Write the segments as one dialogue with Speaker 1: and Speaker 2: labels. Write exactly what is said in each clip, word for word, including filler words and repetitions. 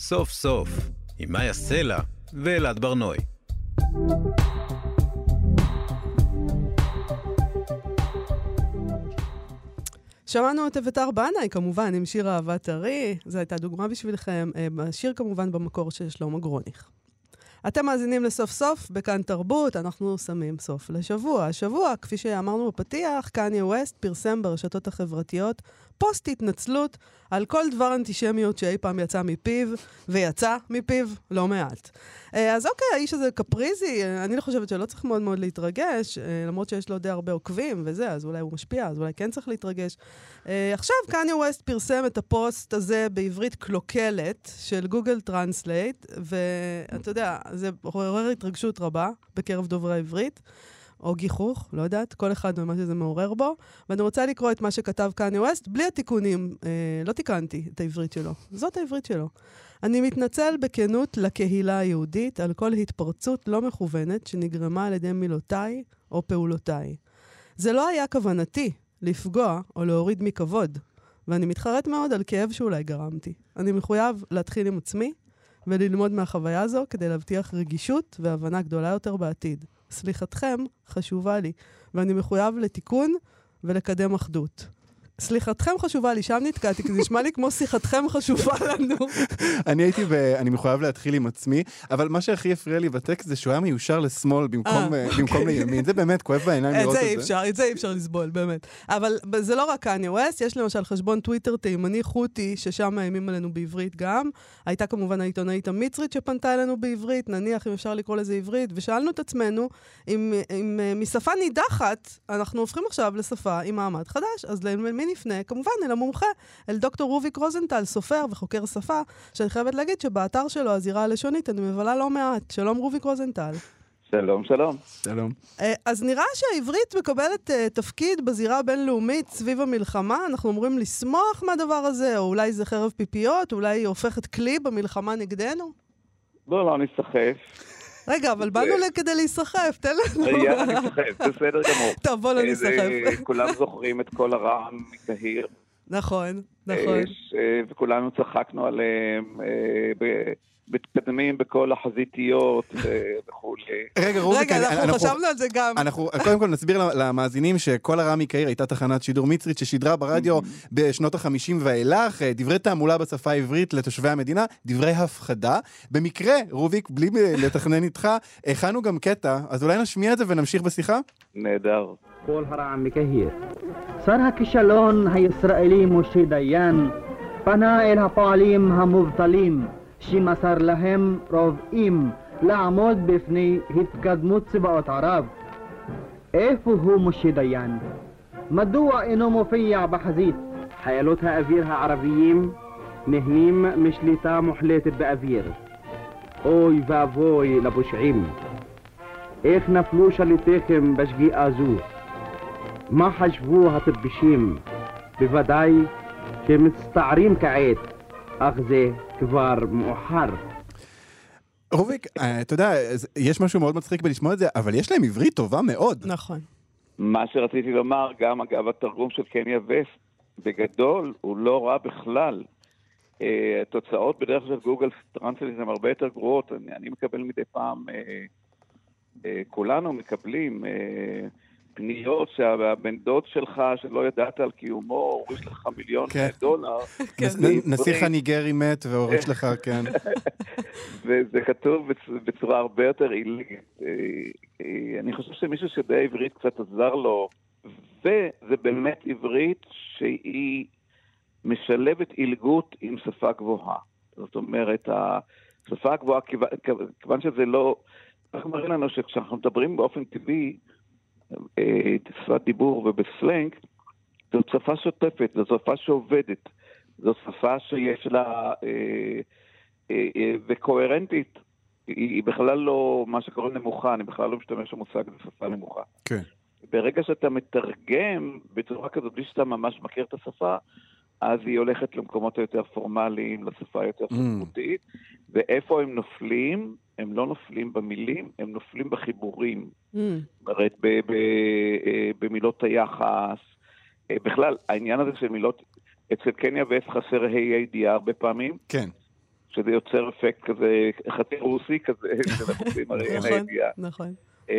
Speaker 1: סוף סוף, עם מאיה סלע ואלעד ברנוי.
Speaker 2: שמענו את אביתר בנאי, כמובן, עם שיר אהבה טרי. זו הייתה דוגמה בשבילכם. השיר כמובן במקור של שלמה גרוניך. אתם מאזינים לסוף סוף בכאן תרבות, אנחנו שמים סוף לשבוע. השבוע, כפי שאמרנו בפתיח, קניה ווסט פרסם ברשתות החברתיות פוסט התנצלות על כל דבר אנטישמיות שאי פעם יצא מפיו, ויצא מפיו לא מעט. אז אוקיי, האיש הזה קפריזי, אני חושבת שלא צריך מאוד מאוד להתרגש, למרות שיש לו די הרבה עוקבים וזה, אז אולי הוא משפיע, אז אולי כן צריך להתרגש. עכשיו, קניה ווסט פרסם את הפוסט הזה בעברית קלוקלת של גוגל טרנסלייט, ואתה יודע, זה עורר התרגשות רבה בקרב דוברי העברית, או גיחוך, לא יודעת, כל אחד ממה שזה מעורר בו. ואני רוצה לקרוא את מה שכתב קניה ווסט, בלי התיקונים, אה, לא תיקנתי את העברית שלו. זאת העברית שלו. אני מתנצל בכנות לקהילה היהודית על כל התפרצות לא מכוונת שנגרמה על ידי מילותיי או פעולותיי. זה לא היה כוונתי לפגוע או להוריד מכבוד, ואני מתחרט מאוד על כאב שאולי גרמתי. אני מחויב להתחיל עם עצמי וללמוד מהחוויה הזו כדי להבטיח רגישות והבנה גדולה יותר בעתיד. סליחתכם חשובה לי, ואני מחויב לתיקון ולקדם אחדות. סליחתכם חשובה לי, שם נתקעתי, כי זה נשמע לי כמו שיחתכם חשובה לנו.
Speaker 3: אני הייתי, אני מחויב להתחיל עם עצמי, אבל מה שהכי הפריע לי בטקסט זה שהוא היה מיושר לשמאל במקום לימין. זה באמת כואב בעיניים לראות את זה.
Speaker 2: את זה אי אפשר לסבול, באמת. אבל זה לא רק קניה ווסט, יש למשל חשבון טוויטר תימני חותי, ששם מאיימים עלינו בעברית גם. הייתה כמובן העיתונאית המצרית שפנתה אלינו בעברית, נניח אם אפשר לקרוא לזה עברית, ושאלנו את עצמנו, אם משפה נידחת, אנחנו הופכים עכשיו לשפה עם מעמד חדש, אז למי נפנה? כמובן, אל המומחה, אל דוקטור רוביק רוזנטל, סופר וחוקר שפה, שאני חייבת להגיד שבאתר שלו, הזירה הלשונית, אני מבלה לא מעט. שלום רוביק רוזנטל.
Speaker 4: שלום, שלום.
Speaker 3: שלום.
Speaker 2: אז נראה שהעברית מקבלת תפקיד בזירה הבינלאומית סביב המלחמה. אנחנו אומרים לשמוח מהדבר הזה, או אולי זה חרב פיפיות, אולי היא הופכת כלי במלחמה נגדנו?
Speaker 4: לא, לא, נסחף.
Speaker 2: רגע, אבל באנו כדי להיסחף, תן לנו.
Speaker 4: יאללה, נסחף, בסדר גמור.
Speaker 2: טוב, בוא לא נסחף.
Speaker 4: כולם זוכרים את כל הרעם מקהיר.
Speaker 2: נכון, נכון.
Speaker 4: וכולנו צחקנו עליהם מתקדמים בכל החזיתיות וכו'.
Speaker 3: רגע, רוביק,
Speaker 2: אנחנו חשבנו על זה גם.
Speaker 3: אנחנו קודם כל נסביר למאזינים שכל הרעם מקהיר הייתה תחנת שידור מצרית ששידרה ברדיו בשנות החמישים ואילך, דברי תעמולה בשפה העברית לתושבי המדינה, דברי הפחדה. במקרה, רוביק, בלי לתכנן איתך, הכנו גם קטע, אז אולי נשמיע את זה ונמשיך בשיחה?
Speaker 4: נהדר.
Speaker 5: כל הרעם מקהיר. שר הכישלון הישראלי משה דיין פנה אל הפועלים המובטלים שמסר להם רובעים לעמוד בפני התקדמות צבאות ערב. איפה הוא משה דיין? מדוע אינו מופיע בחזית? חיילות האוויר הערביים נהנים משליטה מוחלטת באוויר. אוי ואבוי לפושעים. איך נפלו שליטיכם בשגיאה זו? מה חשבו הטיפשים? בוודאי שמצטערים כעת, אך זה כבר מאוחר.
Speaker 3: רוביק, אתה יודע, יש משהו מאוד מצחיק בלשמוע את זה, אבל יש להם עברית טובה מאוד.
Speaker 2: נכון.
Speaker 4: מה שרציתי לומר, גם אגב התרגום של קניה ווסט, בגדול הוא לא רע בכלל. התוצאות בדרך של גוגל טרנסלייט הן הרבה יותר גרועות. אני, אני מקבל מדי פעם, כולנו מקבלים פניות שהבן דוד שלך, שלא ידעת על קיומו, הוריש לך מיליון דולר.
Speaker 3: נסיך הניגרי מת והוריש לך, כן.
Speaker 4: וזה כתוב בצורה הרבה יותר עילית. אני חושב שמישהו שיודע עברית קצת עזר לו, וזה באמת עברית שהיא משלבת עילגות עם שפה גבוהה. זאת אומרת, השפה הגבוהה, כיוון שזה לא, אנחנו מראים לנו שכשאנחנו מדברים באופן טבעי, שפת דיבור ובסלנג, זאת שפה שוטפת, זאת שפה שעובדת, זאת שפה שיש לה אה, אה, אה, וקוהרנטית, היא בכלל לא מה שקורא נמוכה, אני בכלל לא משתמש במושג בשפה נמוכה.
Speaker 3: כן.
Speaker 4: ברגע שאתה מתרגם בצורה כזאת, בלי שאתה ממש מכיר את השפה, אז היא הולכת למקומות היותר פורמליים, לשפה היותר ספרותית, mm. ואיפה הם נופלים? הם לא נופלים במילים, הם נופלים בחיבורים. Mm. אומרת, ב- ב- במילות היחס. בכלל, העניין הזה של מילות, אצל קניה ווסט חסר היי-איי-די הרבה פעמים.
Speaker 3: כן.
Speaker 4: שזה יוצר אפקט כזה, חצי רוסי כזה, שאנחנו עושים הרי אין הידיעה.
Speaker 2: נכון.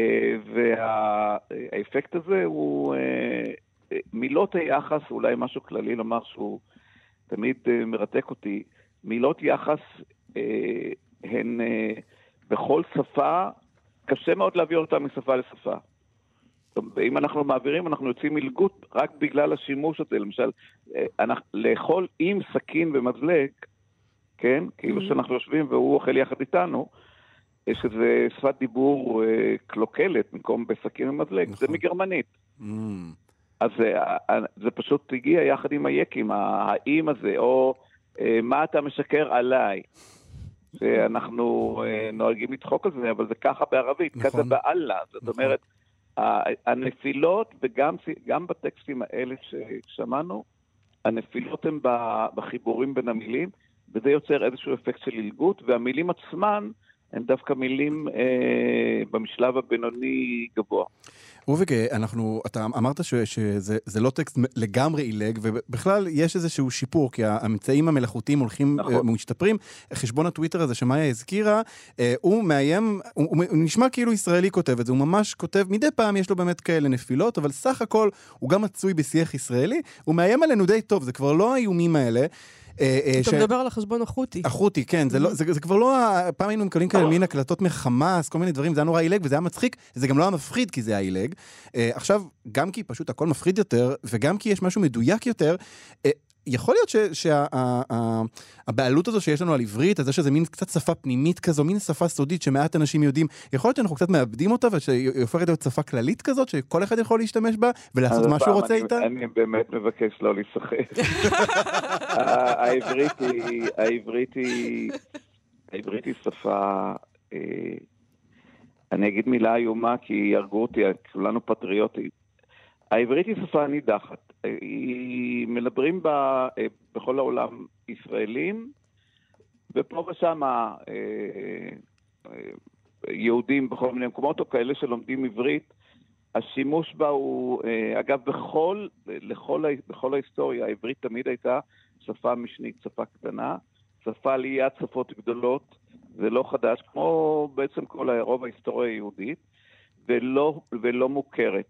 Speaker 4: והאפקט הזה הוא, מילות היחס, אולי משהו כללי לומר שהוא תמיד מרתק אותי, מילות יחס הן בכל שפה, קשה מאוד להעביר אותה משפה לשפה. אם אנחנו מעבירים, אנחנו יוצאים מלגות רק בגלל השימוש הזה. למשל, לאכול עם סכין ומזלג, כן? כאילו שאנחנו יושבים והוא אוכל יחד איתנו, יש איזה שפת דיבור קלוקלת, במקום בסכין ומזלג. זה מגרמנית. אז זה פשוט הגיע יחד עם היקים, האם הזה, או מה אתה משקר עליי. שאנחנו נוהגים לדחוק על זה, אבל זה ככה בערבית, כזה באללה. זאת אומרת, הנפילות, וגם גם בטקסטים האלה ששמענו, הנפילות הן בחיבורים בין המילים, וזה יוצר איזשהו אפקט של הלגות, והמילים עצמן הן דווקא מילים אה, במשלב הבינוני גבוה.
Speaker 3: אוביק, אנחנו, אתה אמרת ש, שזה זה לא טקסט לגמרי אילג, ובכלל יש איזשהו שיפור, כי האמצעים המלאכותיים הולכים נכון. ומשתפרים. חשבון הטוויטר הזה שמאיה הזכירה, הוא מאיים, הוא, הוא נשמע כאילו ישראלי כותב את זה, הוא ממש כותב, מדי פעם יש לו באמת כאלה נפילות, אבל סך הכל הוא גם מצוי בשיח ישראלי, הוא מאיים עלינו די טוב, זה כבר לא האיומים האלה,
Speaker 2: אתה מדבר על החשבון החוטי.
Speaker 3: החוטי, כן. זה כבר לא... פעם היינו מקבלים כאלה מין הקלטות מחמאס, כל מיני דברים, זה היה נורא אילג, וזה היה מצחיק, זה גם לא היה מפחיד, כי זה היה אילג. עכשיו, גם כי פשוט הכל מפחיד יותר, וגם כי יש משהו מדויק יותר, יכול להיות שהבעלות הזו שיש לנו על עברית, אז יש איזה מין קצת שפה פנימית כזו, מין שפה סודית שמעט אנשים יודעים, יכול להיות שאנחנו קצת מאבדים אותה, ושהיא הופכת להיות שפה כללית כזאת, שכל אחד יכול להשתמש בה, ולעשות מה שהוא רוצה איתה?
Speaker 4: אני באמת מבקש לא לשחק. העברית היא, העברית היא, העברית היא שפה, אני אגיד מילה איומה, כי ירגו אותי, כולנו פטריוטים. העברית היא שפה נידחת. היא מדברים בה, בכל העולם ישראלים, ופה ושם יהודים בכל מיני מקומות, או כאלה שלומדים עברית. השימוש בה הוא, אגב, בכל, לכל, בכל ההיסטוריה, העברית תמיד הייתה שפה משנית, שפה קטנה, שפה ליד שפות גדולות, זה לא חדש, כמו בעצם כל רוב ההיסטוריה היהודית, ולא, ולא מוכרת.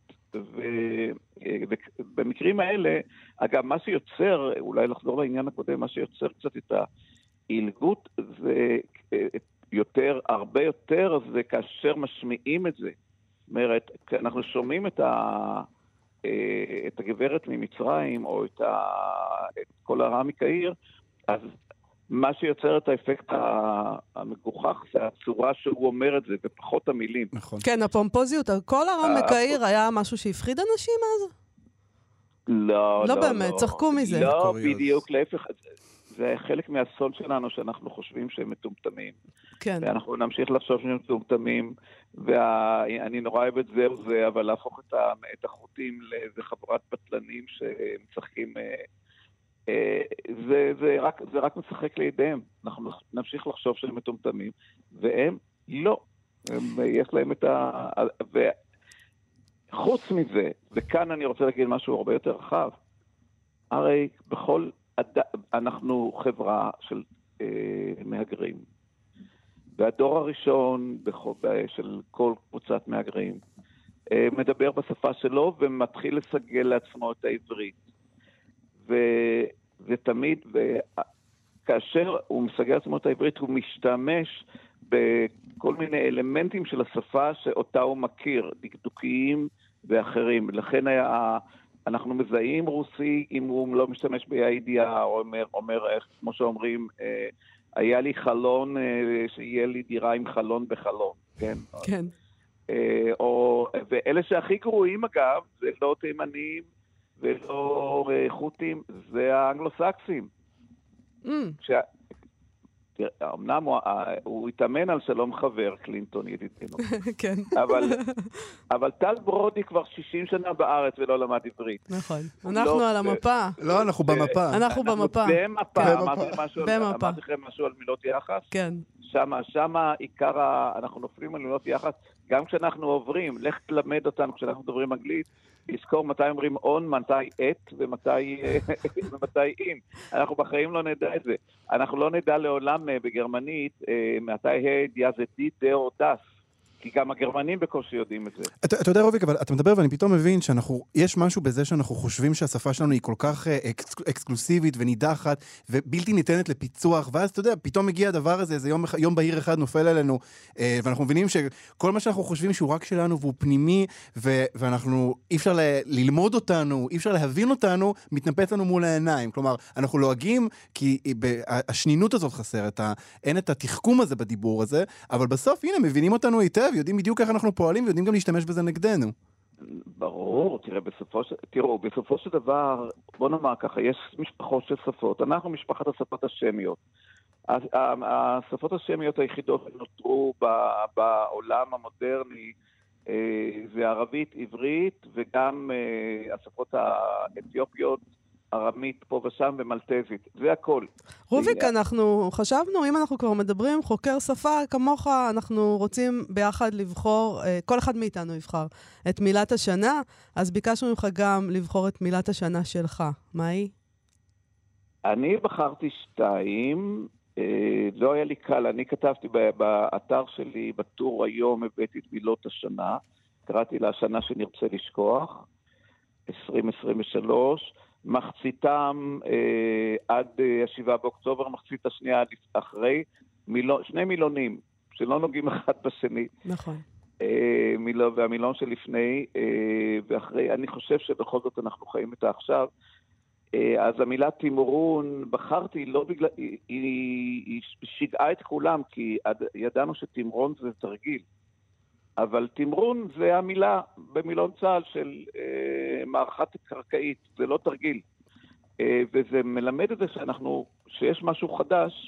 Speaker 4: ובמקרים האלה, אגב, מה שיוצר, אולי לחזור לעניין הקודם, מה שיוצר קצת את ההילגות, זה יותר, הרבה יותר, זה כאשר משמיעים את זה. זאת אומרת, אנחנו שומעים את, ה, את הגברת ממצרים, או את, ה, את כל הרע מקהיר, אז מה שיוצר את האפקט המגוחך, זה הצורה שהוא אומר את זה, ופחות המילים.
Speaker 3: נכון.
Speaker 2: כן, הפומפוזיות, כל הרע מקהיר היה משהו שהפחיד אנשים אז?
Speaker 4: לא,
Speaker 2: לא. לא באמת, צחקו מזה.
Speaker 4: לא, בדיוק, להפך. זה חלק מהסוד שלנו, שאנחנו חושבים שהם מטומטמים.
Speaker 2: כן.
Speaker 4: ואנחנו נמשיך לחשוב שהם מטומטמים, ואני נורא אוהב את זה וזה, אבל להפוך את החוטים לאיזה חבורת בטלנים שמשחקים... זה, זה רק, זה רק משחק לידיהם. אנחנו נמשיך לחשוב שהם מטומטמים, והם לא. הם, יש להם את ה... וחוץ מזה, וכאן אני רוצה להגיד משהו הרבה יותר רחב, הרי בכל... אנחנו חברה של אה, מהגרים. והדור הראשון בכל, של כל קבוצת מהגרים אה, מדבר בשפה שלו ומתחיל לסגל לעצמו את העברית. ו, ותמיד, וכאשר הוא מסגל לעצמו את העברית, הוא משתמש בכל מיני אלמנטים של השפה שאותה הוא מכיר, דקדוקיים ואחרים. לכן היה... אנחנו מזהים רוסי אם הוא לא משתמש בידיעה, או אומר, אומר איך, כמו שאומרים, אה, היה לי חלון, אה, שיהיה לי דירה עם חלון בחלון, כן?
Speaker 2: כן.
Speaker 4: אה, או, ואלה שהכי גרועים אגב, זה לא תימנים ולא אה, חותים, זה האנגלוסקסים.
Speaker 2: Mm.
Speaker 4: שה... אמנם הוא, הוא התאמן על שלום חבר, קלינטון ידידנו.
Speaker 2: כן.
Speaker 4: אבל, אבל טל ברודי כבר שישים שנה בארץ ולא למד עברית.
Speaker 2: נכון. אנחנו על המפה.
Speaker 3: לא, אנחנו במפה.
Speaker 2: אנחנו במפה.
Speaker 4: במפה. אמרתי לכם משהו על מילות יחס?
Speaker 2: כן.
Speaker 4: שמה, שמה עיקר, אנחנו נופלים על מילות יחס, גם כשאנחנו עוברים, לך תלמד אותנו, כשאנחנו מדברים אנגלית, לזכור מתי אומרים on, מתי את ומתי, ומתי in. אנחנו בחיים לא נדע את זה. אנחנו לא נדע לעולם בגרמנית מתי ה' יה זה די, דה או דס. כי גם הגרמנים בקושי יודעים את זה.
Speaker 3: אתה, אתה יודע רוביק, אבל אתה מדבר ואני פתאום מבין שאנחנו, יש משהו בזה שאנחנו חושבים שהשפה שלנו היא כל כך אקס, אקסקלוסיבית ונידחת ובלתי ניתנת לפיצוח, ואז אתה יודע, פתאום מגיע הדבר הזה, איזה יום, יום בהיר אחד נופל עלינו, ואנחנו מבינים שכל מה שאנחנו חושבים שהוא רק שלנו והוא פנימי, ו, ואנחנו, אי אפשר ל, ללמוד אותנו, אי אפשר להבין אותנו, מתנפץ לנו מול העיניים. כלומר, אנחנו לועגים כי השנינות הזאת חסרת, אין את התחכום הזה בדיבור הזה, אבל בסוף, הנה, מבינים אותנו היטב, יודעים בדיוק איך אנחנו פועלים, ויודעים גם להשתמש בזה נגדנו.
Speaker 4: ברור, תראה, בסופו של, תראו, בסופו של דבר, בוא נאמר ככה, יש משפחות של שפות, אנחנו משפחת השפות השמיות. השפות השמיות היחידות שנותרו בעולם המודרני, זה ערבית, עברית, וגם השפות האתיופיות, ארמית פה ושם ומלטזית, זה הכל.
Speaker 2: רוביק, אנחנו חשבנו, אם אנחנו כבר מדברים, חוקר שפה כמוך, אנחנו רוצים ביחד לבחור, כל אחד מאיתנו יבחר את מילת השנה, אז ביקשנו ממך גם לבחור את מילת השנה שלך. מה היא?
Speaker 4: אני בחרתי שתיים, לא היה לי קל, אני כתבתי באתר שלי, בטור היום, הבאתי את מילות השנה, קראתי לה השנה שנרצה לשכוח, עשרים עשרים ושלוש, מחציתם אה, עד אה, השבעה באוקטובר, מחצית השנייה אחרי, מילון, שני מילונים, שלא נוגעים אחד בשני.
Speaker 2: נכון.
Speaker 4: אה, מילו, והמילון שלפני אה, ואחרי, אני חושב שבכל זאת אנחנו חיים את העכשיו. אה, אז המילה תימרון, בחרתי לא בגלל, היא, היא, היא שיגעה את כולם, כי ידענו שתימרון זה תרגיל. אבל תמרון זה המילה במילון צה"ל של אה, מערכת קרקעית, זה לא תרגיל. אה, וזה מלמד את זה שאנחנו, שיש משהו חדש,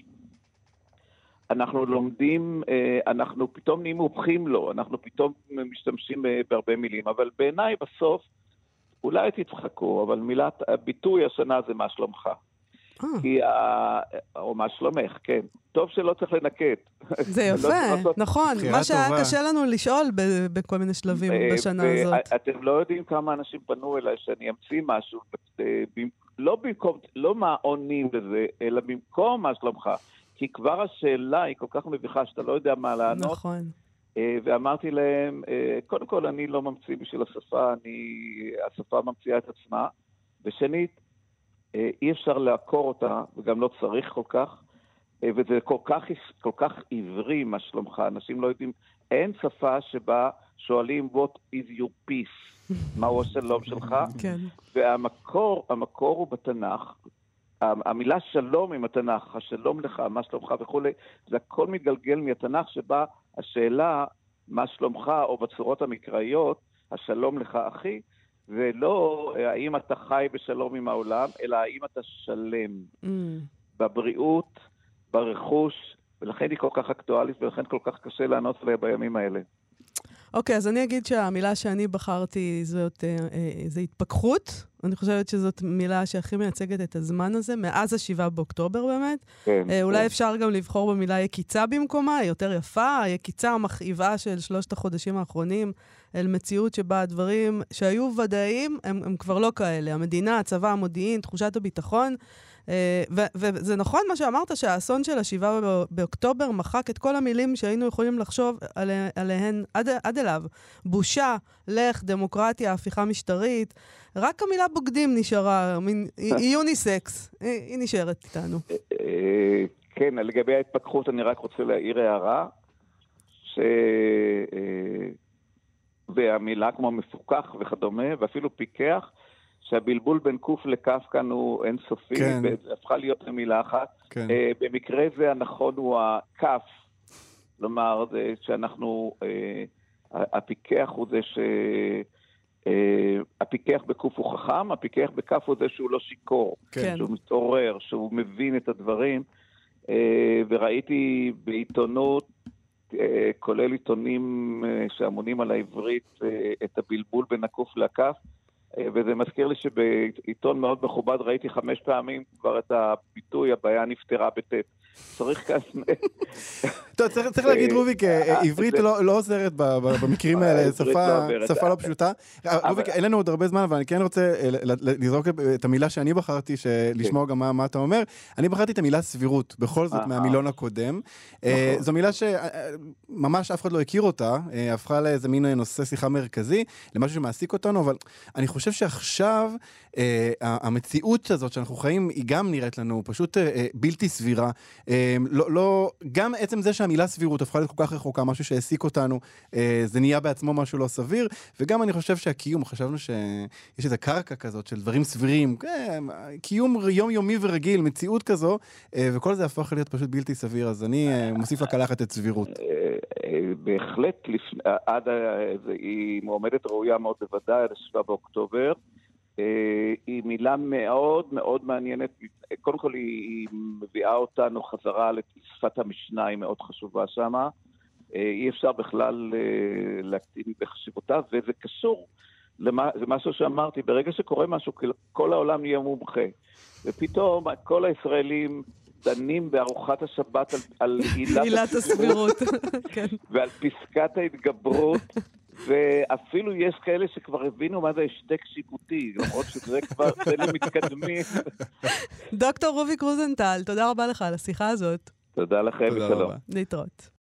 Speaker 4: אנחנו לומדים, אה, אנחנו פתאום נהיים מומחים לו, אנחנו פתאום משתמשים אה, בהרבה מילים, אבל בעיניי בסוף, אולי תצחקו, אבל מילת הביטוי השנה זה מה שלומך. כי ה... או מה שלומך, כן. טוב שלא צריך לנקט.
Speaker 2: זה יפה, נכון. מה שהיה קשה לנו לשאול בכל מיני שלבים בשנה הזאת.
Speaker 4: אתם לא יודעים כמה אנשים פנו אליי שאני אמציא משהו, לא במקום, לא מה עונים לזה, אלא במקום מה שלומך. כי כבר השאלה היא כל כך מביכה שאתה לא יודע מה לענות.
Speaker 2: נכון.
Speaker 4: ואמרתי להם, קודם כל אני לא ממציא בשביל השפה, השפה ממציאה את עצמה. ושנית, אי אפשר לעקור אותה, וגם לא צריך כל כך, וזה כל כך, כל כך עברי מה שלומך, אנשים לא יודעים, אין שפה שבה שואלים what is your peace, מהו השלום שלך,
Speaker 2: כן.
Speaker 4: והמקור, המקור הוא בתנ"ך, המילה שלום עם התנ"ך, השלום לך, מה שלומך וכו', זה הכל מתגלגל מהתנ"ך שבה השאלה מה שלומך, או בצורות המקראיות, השלום לך אחי, ולא האם אתה חי בשלום עם העולם, אלא האם אתה שלם mm. בבריאות, ברכוש, ולכן היא כל כך אקטואלית, ולכן כל כך קשה לענות עליה בימים האלה.
Speaker 2: אוקיי, okay, אז אני אגיד שהמילה שאני בחרתי זאת, אה, אה, זה התפכחות. אני חושבת שזאת מילה שהכי מייצגת את הזמן הזה, מאז השבעה באוקטובר באמת.
Speaker 4: כן,
Speaker 2: אה, אולי
Speaker 4: כן.
Speaker 2: אפשר גם לבחור במילה יקיצה במקומה, היא יותר יפה, היקיצה המכאיבה של שלושת החודשים האחרונים, אל מציאות שבה הדברים שהיו ודאיים, הם, הם כבר לא כאלה. המדינה, הצבא, המודיעין, תחושת הביטחון, וזה נכון מה שאמרת, שהאסון של השבעה באוקטובר מחק את כל המילים שהיינו יכולים לחשוב עליהן עד, עד אליו. בושה, לך, דמוקרטיה, הפיכה משטרית. רק המילה בוגדים נשארה, היא יוניסקס, היא נשארת איתנו.
Speaker 4: כן, לגבי ההתפתחות אני רק רוצה להעיר הערה, ש... והמילה כמו מפוקח וכדומה, ואפילו פיקח, שהבלבול בין קוף לקף כאן הוא אינסופי, כן. והפכה להיות למילה אחת.
Speaker 3: כן.
Speaker 4: Uh, במקרה זה הנכון הוא הקף, כלומר, זה שאנחנו, uh, הפיקח הוא זה ש... Uh, הפיקח בקוף הוא חכם, הפיקח בקף הוא זה שהוא לא שיקור,
Speaker 2: כן.
Speaker 4: שהוא מתעורר, שהוא מבין את הדברים, uh, וראיתי בעיתונות, uh, כולל עיתונים uh, שאמונים על העברית, uh, את הבלבול בין הקוף לקף, וזה מזכיר לי שבעיתון מאוד מכובד ראיתי חמש פעמים כבר את הביטוי, הבעיה נפתרה בטט. צריך כאן...
Speaker 3: טוב, צריך להגיד, רוביק, עברית לא עוזרת במקרים האלה, שפה לא פשוטה. רוביק, אין לנו עוד הרבה זמן, אבל אני כן רוצה לזרוק את המילה שאני בחרתי, לשמוע גם מה אתה אומר. אני בחרתי את המילה סבירות, בכל זאת, מהמילון הקודם. זו מילה שממש אף אחד לא הכיר אותה, הפכה לאיזה מין נושא שיחה מרכזי, למשהו שמעסיק אותנו, אבל אני חושב שעכשיו המציאות הזאת שאנחנו חיים, היא גם נראית לנו פשוט בלתי סבירה. גם עצם זה שהמילה סבירות הפכה להיות כל כך רחוקה, משהו שהעסיק אותנו, זה נהיה בעצמו משהו לא סביר, וגם אני חושב שהקיום, חשבנו שיש איזו קרקע כזאת של דברים סבירים, קיום יומיומי ורגיל, מציאות כזו, וכל זה הפך להיות פשוט בלתי סביר, אז אני מוסיף לקלחת את סבירות.
Speaker 4: בהחלט, עד היא מועמדת ראויה מאוד בוודאי, עד השבעה באוקטובר, היא מילה מאוד מאוד מעניינת. קודם כל היא מביאה אותנו חזרה לשפת המשנה, היא מאוד חשובה שמה. אי אפשר בכלל להקטין בחשיבותה, וזה קשור למה, זה משהו שאמרתי, ברגע שקורה משהו, כל העולם נהיה מומחה. ופתאום כל הישראלים דנים בארוחת השבת על, על עילת הסבירות ועל פסקת ההתגברות, ואפילו יש כאלה שכבר הבינו מה זה השתק שיפוטי, למרות שזה כבר צלם מתקדמים.
Speaker 2: דוקטור רוביק רוזנטל, תודה רבה לך על השיחה הזאת.
Speaker 4: תודה לכם ושלום.
Speaker 2: להתראות.